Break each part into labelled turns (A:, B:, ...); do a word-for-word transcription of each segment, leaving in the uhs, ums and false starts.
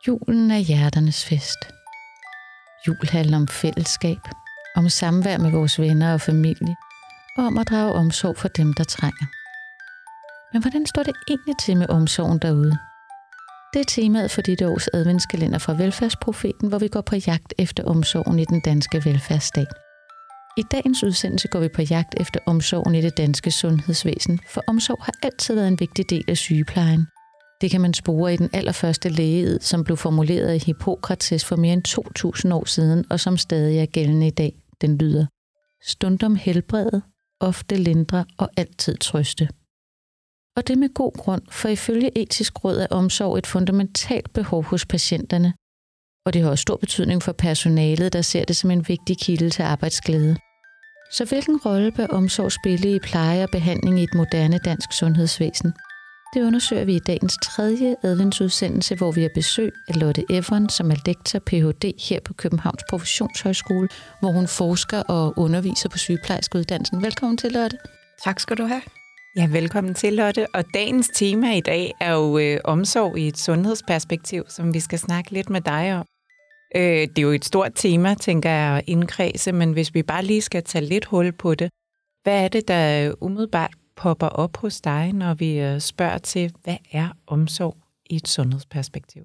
A: Julen er hjerternes fest. Jul handler om fællesskab, om samvær med vores venner og familie, og om at drage omsorg for dem, der trænger. Men hvordan står det egentlig til med omsorgen derude? Det er temaet for dette års adventskalender fra Velfærdsprofeten, hvor vi går på jagt efter omsorgen i den danske velfærdsstat. I dagens udsendelse går vi på jagt efter omsorgen i det danske sundhedsvæsen, for omsorg har altid været en vigtig del af sygeplejen. Det kan man spore i den allerførste lægeed, som blev formuleret i Hippokrates for mere end to tusind år siden, og som stadig er gældende i dag. Den lyder: stundom helbrede, ofte lindre og altid trøste. Og det med god grund, for ifølge Etisk Råd er omsorg et fundamentalt behov hos patienterne, og det har også stor betydning for personalet, der ser det som en vigtig kilde til arbejdsglæde. Så hvilken rolle bør omsorg spille i pleje og behandling i et moderne dansk sundhedsvæsen? Det undersøger vi i dagens tredje adventsudsendelse, hvor vi har besøg af Lotte Evren, som er lektor P H D her på Københavns Professionshøjskole, hvor hun forsker og underviser på sygeplejerskeuddannelsen. Velkommen til, Lotte.
B: Tak skal du have.
C: Ja, velkommen til, Lotte. Og dagens tema i dag er jo øh, omsorg i et sundhedsperspektiv, som vi skal snakke lidt med dig om. Øh, det er jo et stort tema, tænker jeg, at indkredse, men hvis vi bare lige skal tage lidt hul på det, hvad er det, der umiddelbart popper op hos dig, når vi spørger til, hvad er omsorg i et sundhedsperspektiv?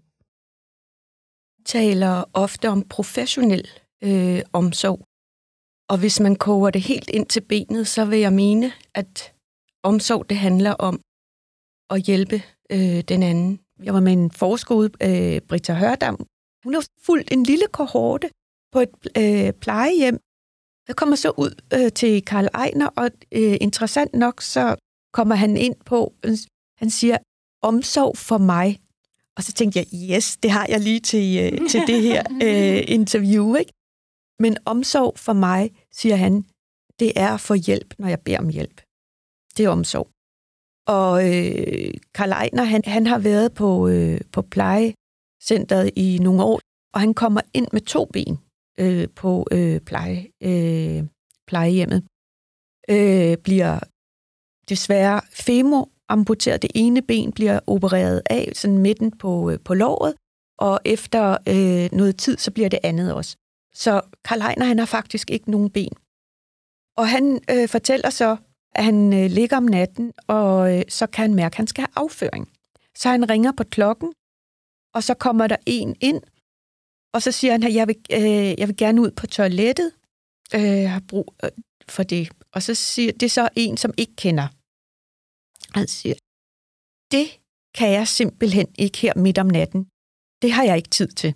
B: Jeg taler ofte om professionel øh, omsorg, og hvis man koger det helt ind til benet, så vil jeg mene, at omsorg det handler om at hjælpe øh, den anden. Jeg var med en forsker ude, øh, Britta Hørdam. Hun har fulgt en lille kohorte på et øh, plejehjem. Jeg kommer så ud øh, til Karl Ejner, og øh, interessant nok, så kommer han ind på, han siger, omsorg for mig. Og så tænkte jeg, yes, det har jeg lige til, øh, til det her øh, interview, ikke? Men omsorg for mig, siger han, det er at få hjælp, når jeg beder om hjælp. Det er omsorg. Og øh, Karl Ejner, han, han har været på, øh, på plejecenteret i nogle år, og han kommer ind med to ben øh, på øh, pleje, øh, plejehjemmet. Øh, bliver desværre femoramputeret. Det ene ben bliver opereret af, sådan midten på, øh, på låret, og efter øh, noget tid, så bliver det andet også. Så Karl Ejner, han har faktisk ikke nogen ben. Og han øh, fortæller så, at han øh, ligger om natten, og øh, så kan han mærke, at han skal have afføring. Så han ringer på klokken, og så kommer der en ind, og så siger han, at jeg vil, øh, jeg vil gerne ud på toilettet, øh, har brug for det. Og så siger det så en, som ikke kender. Han siger, det kan jeg simpelthen ikke her midt om natten. Det har jeg ikke tid til.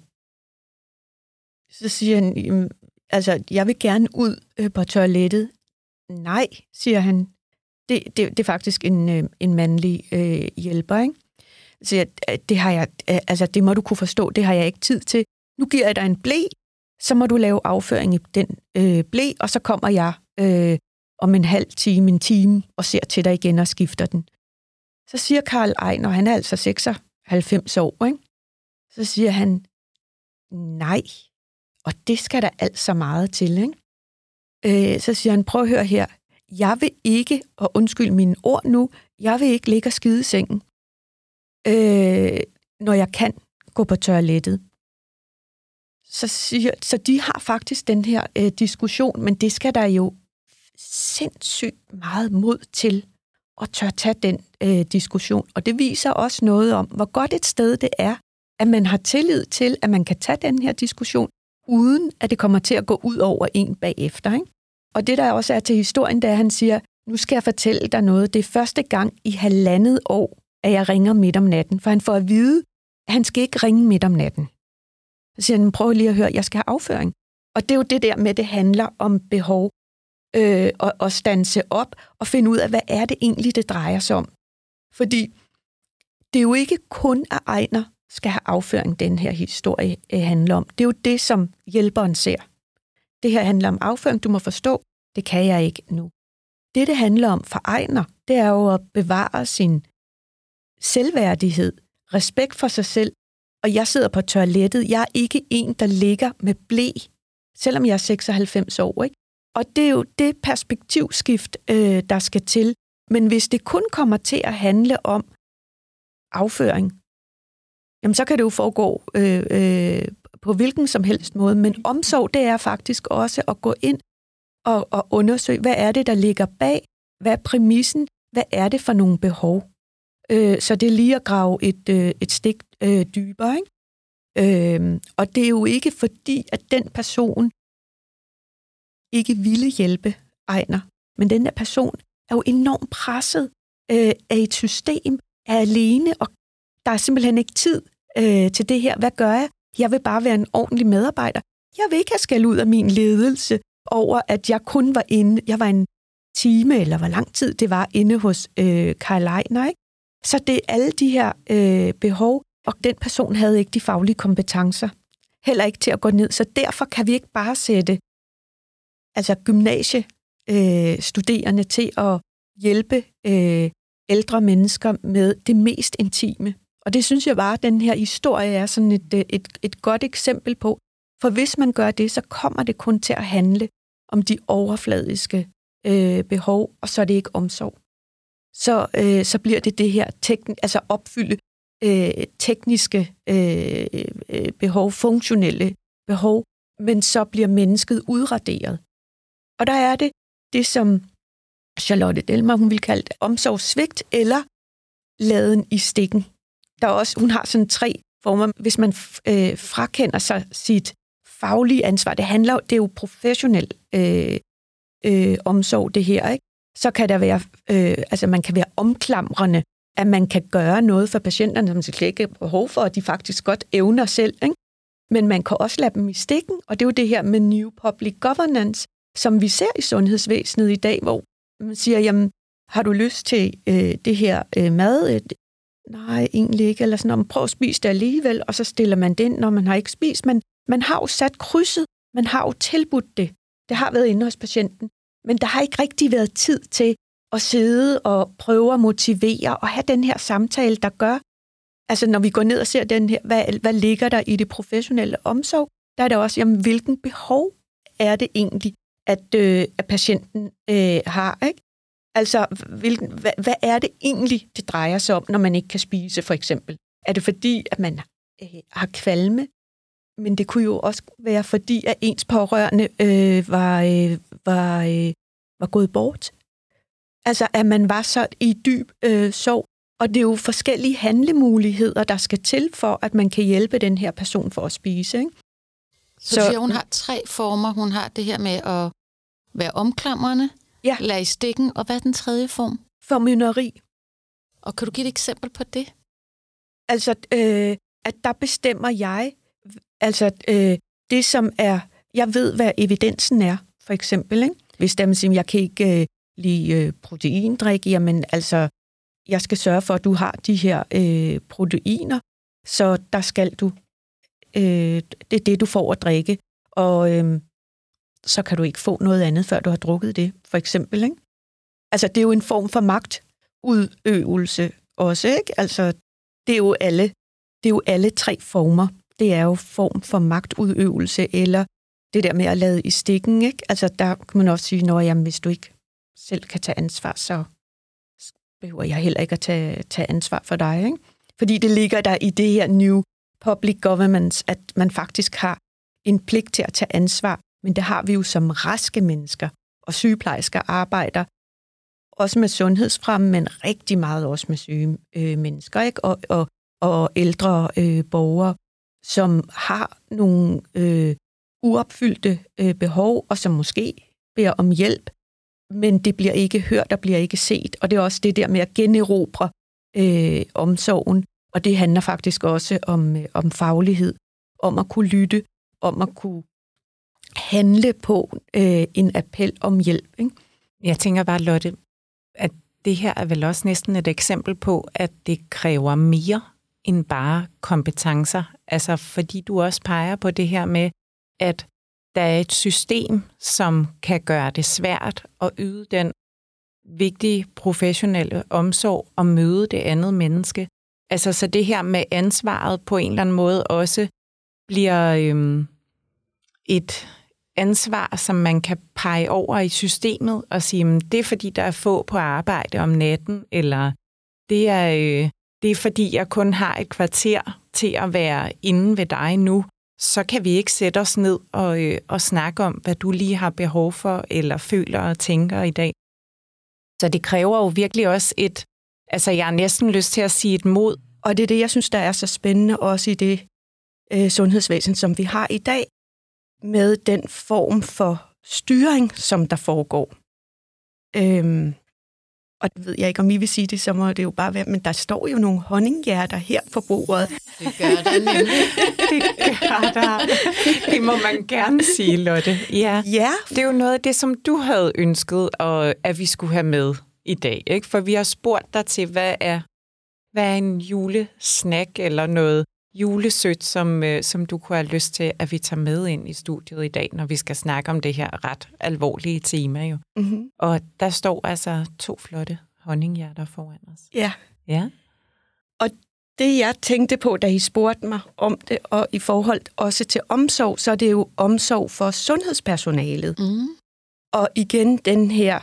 B: Så siger han, altså, jeg vil gerne ud øh, på toilettet. Nej, siger han. Det, det, det er faktisk en, øh, en mandlig øh, hjælper, ikke? Så jeg, det har jeg, øh, altså, det må du kunne forstå, det har jeg ikke tid til. Nu giver jeg dig en ble, så må du lave afføring i den øh, ble, og så kommer jeg øh, om en halv time, en time, og ser til dig igen og skifter den. Så siger Karl Ejner, han er altså seksoghalvfems år, ikke? Så siger han, nej, og det skal der altså meget til, ikke? Øh, så siger han, prøv at høre her, jeg vil ikke, og undskyld mine ord nu, jeg vil ikke ligge og skide i sengen, øh, når jeg kan gå på toilettet. Så, siger, så de har faktisk den her øh, diskussion, men det skal der jo sindssygt meget mod til at tør tage den øh, diskussion. Og det viser også noget om, hvor godt et sted det er, at man har tillid til, at man kan tage den her diskussion, uden at det kommer til at gå ud over en bagefter, ikke? Og det der også er til historien, det er, at han siger, nu skal jeg fortælle dig noget. Det er første gang i halvandet år, at jeg ringer midt om natten, for han får at vide, at han skal ikke ringe midt om natten. Så siger han, prøv lige at høre, jeg skal have afføring. Og det er jo det der med, det handler om behov øh, og, og standse op og finde ud af, hvad er det egentlig, det drejer sig om. Fordi det er jo ikke kun, at Ejner skal have afføring, den her historie øh, handler om. Det er jo det, som hjælperen ser. Det her handler om afføring, du må forstå, det kan jeg ikke nu. Det, det handler om for Ejner, det er jo at bevare sin selvværdighed, respekt for sig selv. Og jeg sidder på toilettet. Jeg er ikke en, der ligger med ble, selvom jeg er seksoghalvfems år, ikke? Og det er jo det perspektivskift, øh, der skal til. Men hvis det kun kommer til at handle om afføring, jamen så kan det jo foregå øh, øh, på hvilken som helst måde. Men omsorg, det er faktisk også at gå ind og, og undersøge, hvad er det, der ligger bag? Hvad er præmissen? Hvad er det for nogle behov? Øh, så det er lige at grave et, øh, et stik øh, dybere, ikke? Øh, og det er jo ikke fordi, at den person ikke ville hjælpe Ejner, men den der person er jo enormt presset øh, af et system, er alene, og der er simpelthen ikke tid øh, til det her. Hvad gør jeg? Jeg vil bare være en ordentlig medarbejder. Jeg vil ikke have skæld ud af min ledelse over, at jeg kun var inde, jeg var en time, eller hvor lang tid det var inde hos øh, Karl Ejner, ikke? Så det er alle de her øh, behov, og den person havde ikke de faglige kompetencer. Heller ikke til at gå ned. Så derfor kan vi ikke bare sætte altså gymnasiestuderende øh, til at hjælpe øh, ældre mennesker med det mest intime. Og det synes jeg bare, at den her historie er sådan et, et, et godt eksempel på. For hvis man gør det, så kommer det kun til at handle om de overfladiske øh, behov, og så er det ikke omsorg. Så, øh, så bliver det det her tekn- altså opfylde øh, tekniske øh, øh, behov, funktionelle behov, men så bliver mennesket udraderet. Og der er det, det som Charlotte Delmar, hun vil kalde det omsorgssvigt, eller laden i stikken. Der er også, hun har sådan tre former. Hvis man øh, frakender sig sit faglige ansvar, det handler det er jo professionel øh, øh, omsorg, det her, ikke? Så kan der være, øh, altså man kan være omklamrende, at man kan gøre noget for patienterne, som slet ikke har behov for, og de faktisk godt evner selv, ikke? Men man kan også lade dem i stikken, og det er jo det her med New Public Governance, som vi ser i sundhedsvæsenet i dag, hvor man siger, jamen, har du lyst til øh, det her øh, mad? Nej, egentlig ikke. Eller sådan, prøv at spise det alligevel, og så stiller man det ind, når man har ikke spist. Men man har jo sat krydset, man har jo tilbudt det. Det har været inde hos patienten, men der har ikke rigtig været tid til at sidde og prøve at motivere og have den her samtale, der gør, altså når vi går ned og ser den her, hvad, hvad ligger der i det professionelle omsorg, der er der også, jamen, hvilken behov er det egentlig, at, øh, at patienten øh, har, ikke? Altså, hvilken, hvad, hvad er det egentlig, det drejer sig om, når man ikke kan spise, for eksempel? Er det fordi, at man øh, har kvalme? Men det kunne jo også være fordi, at ens pårørende øh, var, øh, var, øh, var gået bort. Altså, at man var så i dyb øh, sorg. Og det er jo forskellige handlemuligheder, der skal til for, at man kan hjælpe den her person for at spise, ikke?
A: Så, så du siger, hun har tre former. Hun har det her med at være omklamrende, ja. Lade i stikken, og hvad er den tredje form?
B: Formynderi.
A: Og kan du give et eksempel på det?
B: Altså, øh, at der bestemmer jeg, altså øh, det som er, jeg ved, hvad evidensen er, for eksempel, ikke? Hvis der man siger, jeg kan ikke øh, lide øh, proteindrik, jamen altså, jeg skal sørge for, at du har de her øh, proteiner, så der skal du, øh, det er det, du får at drikke, og øh, så kan du ikke få noget andet, før du har drukket det, for eksempel, ikke? Altså, det er jo en form for magtudøvelse også, ikke? Altså, det er jo alle, det er jo alle tre former. Det er jo form for magtudøvelse, eller det der med at lade i stikken, ikke? Altså, der kan man også sige, når jamen, hvis du ikke selv kan tage ansvar, så behøver jeg heller ikke at tage, tage ansvar for dig, ikke? Fordi det ligger der i det her New Public Governance, at man faktisk har en pligt til at tage ansvar, men det har vi jo som raske mennesker, og sygeplejersker arbejder også med sundhedsfremme, men rigtig meget også med syge øh, mennesker, ikke? Og, og, og ældre øh, borgere, som har nogle øh, uopfyldte øh, behov, og som måske beder om hjælp, men det bliver ikke hørt og bliver ikke set. Og det er også det der med at generobre øh, omsorgen, og det handler faktisk også om, øh, om faglighed, om at kunne lytte, om at kunne handle på øh, en appel om hjælp, ikke?
C: Jeg tænker bare, Lotte, at det her er vel også næsten et eksempel på, at det kræver mere end bare kompetencer. Altså fordi du også peger på det her med, at der er et system, som kan gøre det svært at yde den vigtige professionelle omsorg og møde det andet menneske. Altså så det her med ansvaret på en eller anden måde også bliver øhm, et ansvar, som man kan pege over i systemet og sige, at det er fordi, der er få på arbejde om natten, eller det er, øh, det er fordi, jeg kun har et kvarter til at være inde ved dig nu, så kan vi ikke sætte os ned og, øh, og snakke om, hvad du lige har behov for, eller føler og tænker i dag. Så det kræver jo virkelig også et, altså jeg har næsten lyst til at sige et mod.
B: Og det er det, jeg synes, der er så spændende også i det øh, sundhedsvæsen, som vi har i dag, med den form for styring, som der foregår. Øhm, og det ved jeg ikke, om I vil sige det, så må det jo bare være, men der står jo nogle honninghjerter her på bordet.
A: Det gør der nemlig.
C: Det gør der. Det må man gerne sige, Lotte. Ja.
B: Ja.
C: Det er jo noget af det, som du havde ønsket, og, at vi skulle have med i dag. Ikke? For vi har spurgt dig til, hvad er, hvad er en julesnack eller noget julesødt, som, øh, som du kunne have lyst til, at vi tager med ind i studiet i dag, når vi skal snakke om det her ret alvorlige tema. Jo.
B: Mm-hmm.
C: Og der står altså to flotte honninghjerter foran os.
B: Ja.
C: Ja.
B: Og det, jeg tænkte på, da I spurgte mig om det, og i forhold også til omsorg, så er det jo omsorg for sundhedspersonalet.
A: Mm.
B: Og igen den her,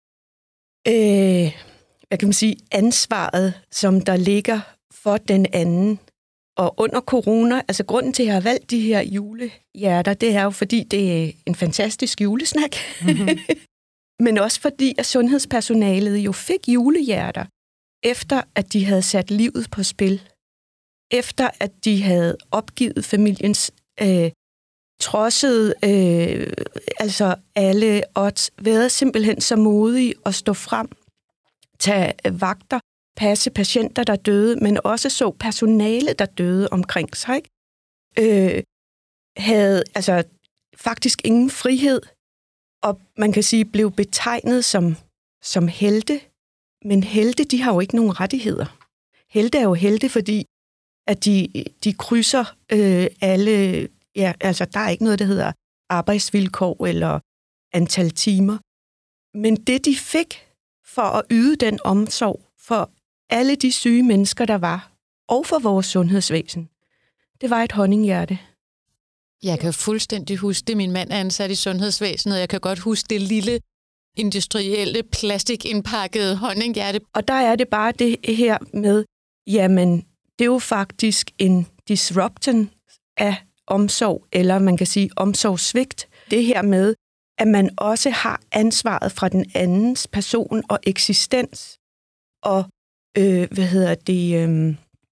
B: øh, hvad kan man sige, ansvaret, som der ligger for den anden. Og under corona, altså grunden til, at jeg har valgt de her julehjerter, det er jo, fordi det er en fantastisk julesnak. Mm-hmm. Men også fordi, at sundhedspersonalet jo fik julehjerter, efter at de havde sat livet på spil. Efter at de havde opgivet familiens, øh, trodset øh, altså alle odds, været simpelthen så modige at stå frem, tage vagter, passe patienter, der døde, men også så personale, der døde omkring sig, ikke? Øh, havde altså faktisk ingen frihed, og man kan sige, blev betegnet som, som helte, men helte, de har jo ikke nogen rettigheder. Helte er jo helte, fordi at de, de krydser øh, alle, ja, altså der er ikke noget, der hedder arbejdsvilkår eller antal timer. Men det, de fik for at yde den omsorg for alle de syge mennesker, der var, og for vores sundhedsvæsen, det var et honninghjerte.
A: Jeg kan fuldstændig huske det. Min mand er ansat i sundhedsvæsenet, og jeg kan godt huske det lille industrielle, plastikindpakkede honninghjerte.
B: Og der er det bare det her med, jamen, det er jo faktisk en disruption af omsorg, eller man kan sige omsorgssvigt. Det her med, at man også har ansvaret fra den andens person og eksistens, og øh, hvad hedder det, øh,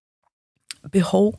B: behov.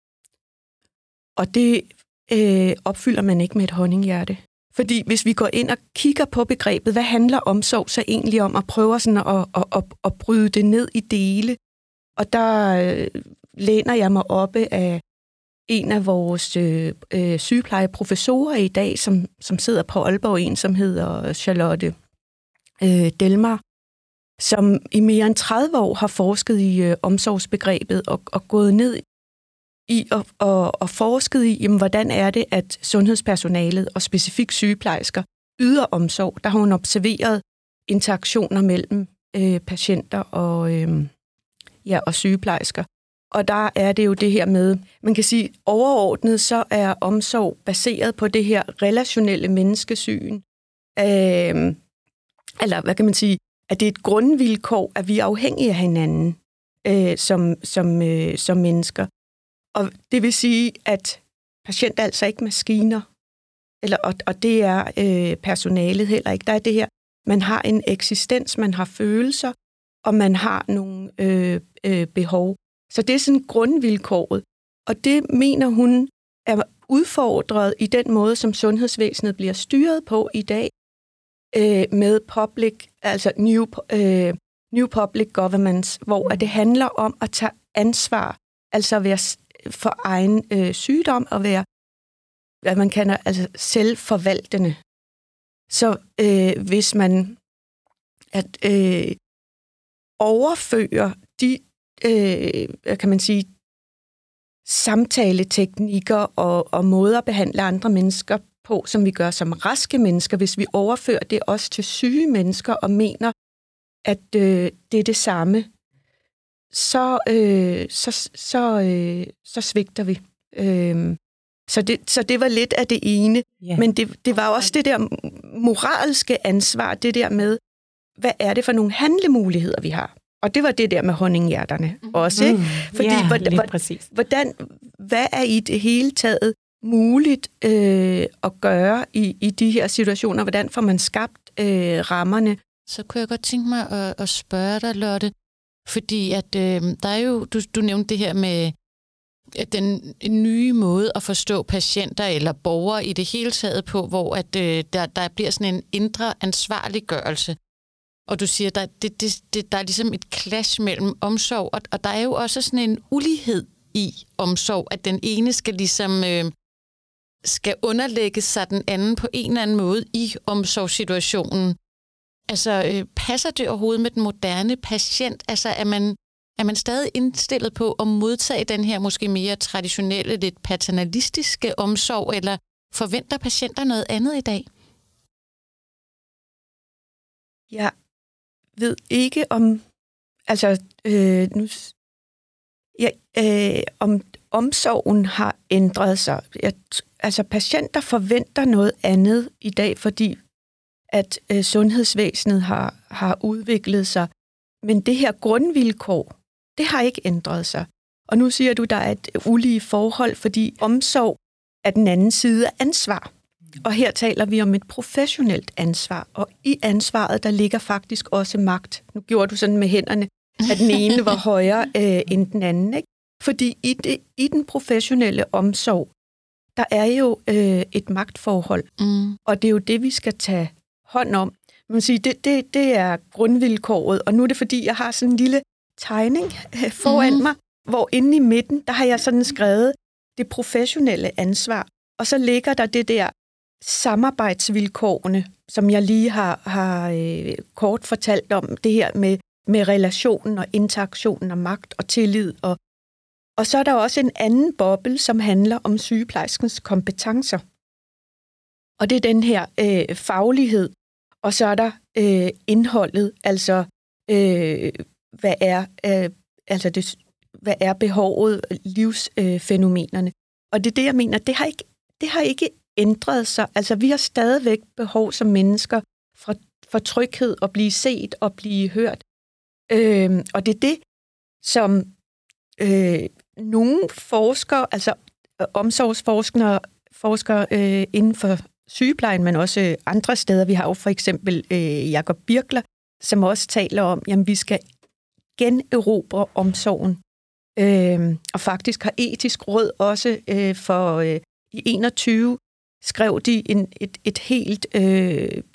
B: Og det øh, opfylder man ikke med et honninghjerte. Fordi hvis vi går ind og kigger på begrebet, hvad handler omsorg så egentlig om, at prøve sådan at, at, at, at bryde det ned i dele. Og der øh, læner jeg mig oppe af en af vores øh, øh, sygeplejeprofessorer i dag, som, som sidder på Aalborg, en som hedder Charlotte øh, Delmar, som i mere end tredive år har forsket i øh, omsorgsbegrebet og, og gået ned i og, og, og forsket i, jamen, hvordan er det, at sundhedspersonalet og specifikt sygeplejersker yder omsorg. Der har hun observeret interaktioner mellem øh, patienter og, øh, ja, og sygeplejersker. Og der er det jo det her med, man kan sige, overordnet så er omsorg baseret på det her relationelle menneskesyn. Øh, eller hvad kan man sige, at det er et grundvilkår, at vi er afhængige af hinanden øh, som, som, øh, som mennesker. Og det vil sige, at patienter er altså ikke maskiner, eller, og, og det er øh, personalet heller ikke. Der er det her, man har en eksistens, man har følelser, og man har nogle øh, øh, behov. Så det er sådan grundvilkåret. Og det mener hun er udfordret i den måde, som sundhedsvæsenet bliver styret på i dag, øh, med public, altså new, øh, new public governance, hvor det handler om at tage ansvar, altså at være for egen øh, sygdom og være, hvad man kalder, altså selvforvaltende. Så øh, hvis man at øh, overfører de, øh, hvad kan man sige, samtaleteknikker og, og måder at behandle andre mennesker på, som vi gør som raske mennesker, hvis vi overfører det også til syge mennesker og mener, at øh, det er det samme, så, øh, så, så, øh, så svigter vi. Øh, så, det, så det var lidt af det ene. Yeah. Men det, det var også det der moralske ansvar, det der med, hvad er det for nogle handlemuligheder, vi har? Og det var det der med honninghjerterne mm. også, ikke? Fordi,
C: ja,
B: hvordan,
C: lige præcis.
B: Hvordan, hvad er i det hele taget muligt øh, at gøre i, i de her situationer? Hvordan får man skabt øh, rammerne?
A: Så kunne jeg godt tænke mig at, at spørge dig, Lotte, fordi at øh, der er jo, du, du nævnte det her med den nye måde at forstå patienter eller borgere i det hele taget på, hvor at, øh, der, der bliver sådan en indre ansvarliggørelse. Og du siger, der, det, det, det, der er ligesom et clash mellem omsorg, og, og der er jo også sådan en ulighed i omsorg, at den ene skal ligesom øh, skal underlægge sig den anden på en eller anden måde i omsorgssituationen. Altså, øh, passer det overhovedet med den moderne patient? Altså, er man, er man stadig indstillet på at modtage den her måske mere traditionelle, lidt paternalistiske omsorg, eller forventer patienter noget andet i dag?
B: Jeg ved ikke om, altså, øh, nu, ja, øh, om omsorgen har ændret sig. Jeg, altså, patienter forventer noget andet i dag, fordi at øh, sundhedsvæsenet har, har udviklet sig. Men det her grundvilkår, det har ikke ændret sig. Og nu siger du, der er et ulige forhold, fordi omsorg er den anden side af ansvar. Og her taler vi om et professionelt ansvar, og i ansvaret, der ligger faktisk også magt. Nu gjorde du sådan med hænderne, at den ene var højere øh, end den anden, ikke? Fordi i, det, i den professionelle omsorg, der er jo øh, et magtforhold, mm. og det er jo det, vi skal tage hånd om. Man sige, det, det, det er grundvilkåret, og nu er det, fordi jeg har sådan en lille tegning øh, foran mm. mig, hvor inde i midten, der har jeg sådan skrevet det professionelle ansvar, og så ligger der det der samarbejdsvilkårene, som jeg lige har, har øh, kort fortalt om, det her med, med relationen og interaktionen og magt og tillid. Og, og så er der også en anden boble, som handler om sygeplejerskens kompetencer. Og det er den her øh, faglighed. Og så er der øh, indholdet, altså øh, hvad er øh, altså det, hvad er behovet, livsfænomenerne. Øh, og det er det, jeg mener, det har ikke, det har ikke ændret sig. Altså, vi har stadigvæk behov som mennesker for, for tryghed, at blive set og blive hørt. Øh, og det er det, som øh, nogle forskere, altså øh, omsorgsforskere forskere, øh, inden for sygeplejen, men også andre steder. Vi har jo for eksempel øh, Jakob Birkler, som også taler om, at vi skal generobre omsorgen. Øh, og faktisk har Etisk Råd også øh, for øh, i enogtyve skrev de en, et, et helt øh,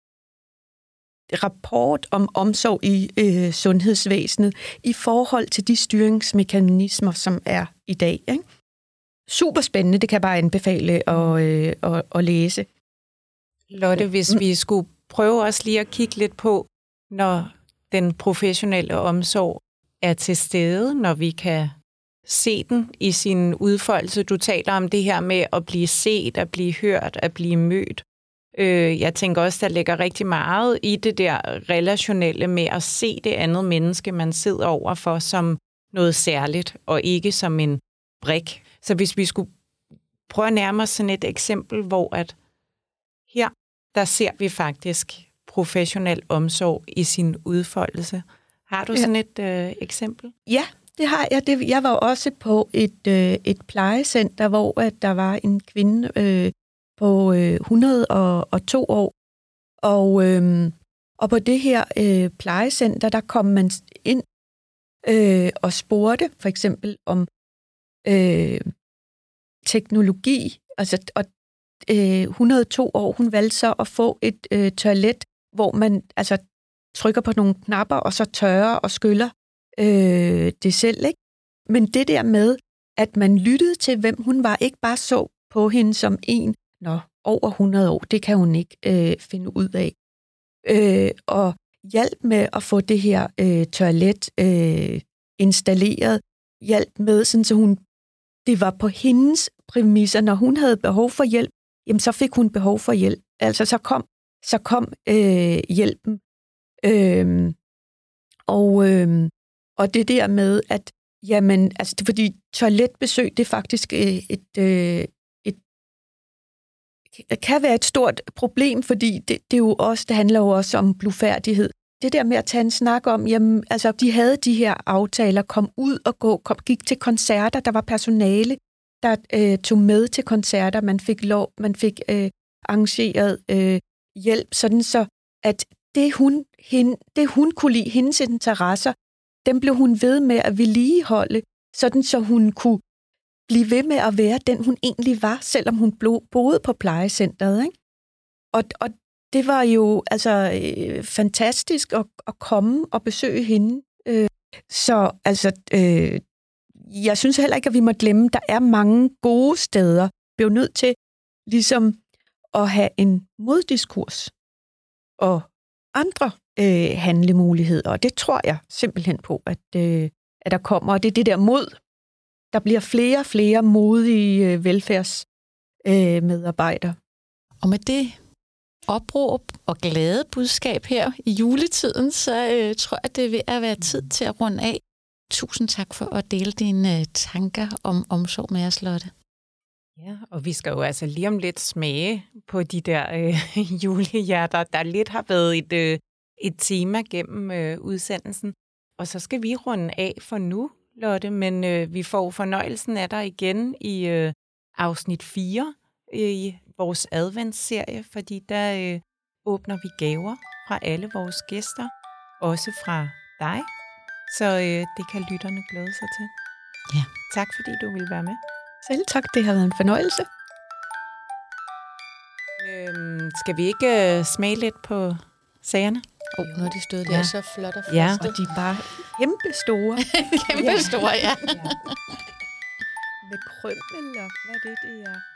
B: rapport om omsorg i øh, sundhedsvæsenet i forhold til de styringsmekanismer, som er i dag. Ikke? Super spændende, det kan jeg bare anbefale at, øh, at, at læse.
C: Lotte, hvis vi skulle prøve også lige at kigge lidt på, når den professionelle omsorg er til stede, når vi kan se den i sin udfoldelse. Du taler om det her med at blive set, at blive hørt, at blive mødt. Øh, jeg tænker også, der ligger rigtig meget i det der relationelle med at se det andet menneske, man sidder overfor som noget særligt, og ikke som en brik. Så hvis vi skulle prøve at nærme os sådan et eksempel, hvor at her, der ser vi faktisk professionel omsorg i sin udfoldelse. Har du sådan et øh, eksempel?
B: Ja, det har jeg. Det, jeg var også på et, øh, et plejecenter, hvor at der var en kvinde øh, på øh, hundrede og to år. Og, øh, og på det her øh, plejecenter, der kom man ind øh, og spurgte for eksempel om øh, teknologi. Altså, og øh, hundrede og to år, hun valgte så at få et øh, toilet, hvor man altså trykker på nogle knapper, og så tørrer og skyller øh, det selv, ikke? Men det der med, at man lyttede til, hvem hun var, ikke bare så på hende som en, nå, over hundrede år, det kan hun ikke øh, finde ud af. Øh, og hjælp med at få det her øh, toilet øh, installeret, hjælp med, sådan, så hun, det var på hendes præmisser. Når hun havde behov for hjælp, jamen så fik hun behov for hjælp. Altså så kom, så kom øh, hjælpen. Øh, og, øh, og det der med, at jamen, altså, det, fordi toiletbesøg, det er faktisk et, et, et, et kan være et stort problem, fordi det, det, er jo også, det handler jo også om blufærdighed. det der med at tage en snak om, jamen, altså, de havde de her aftaler, kom ud og gå, kom, gik til koncerter, der var personale, der øh, tog med til koncerter, man fik lov, man fik øh, arrangeret øh, hjælp, sådan så, at det hun, hende, det hun kunne lide, hendes interesser, dem blev hun ved med at vedligeholde, sådan så hun kunne blive ved med at være den, hun egentlig var, selvom hun boede på plejecentret, ikke? Og, og det var jo altså øh, fantastisk at, at komme og besøge hende. Øh, så altså, øh, jeg synes heller ikke, at vi må glemme, at der er mange gode steder. Vi er jo nødt til ligesom at have en moddiskurs og andre øh, handlemuligheder. Og det tror jeg simpelthen på, at, øh, at der kommer. Og det er det der mod. Der bliver flere og flere modige øh, velfærdsmedarbejdere. Øh,
A: og med det opråb og glade budskab her i juletiden, så øh, tror jeg, det er ved at være tid til at runde af. Tusind tak for at dele dine øh, tanker om omsorg med os, Lotte.
C: Ja, og vi skal jo altså lige om lidt smage på de der øh, julehjerter, der lidt har været et, øh, et tema gennem øh, udsendelsen. Og så skal vi runde af for nu, Lotte, men øh, vi får fornøjelsen af dig igen i øh, afsnit fire i vores adventsserie, fordi der øh, åbner vi gaver fra alle vores gæster, også fra dig, så øh, det kan lytterne glæde sig til.
A: Ja.
C: Tak fordi du ville være med.
B: Selv tak, det har været en fornøjelse.
C: Øhm, skal vi ikke øh, smage lidt på sagerne?
A: Åh, oh, nu har de stået der
C: ja.
A: så flot og fast.
C: Ja.
B: Og de er bare kæmpe store.
A: kæmpe store, ja.
B: ja. Med krømmel, og hvad er det, det er?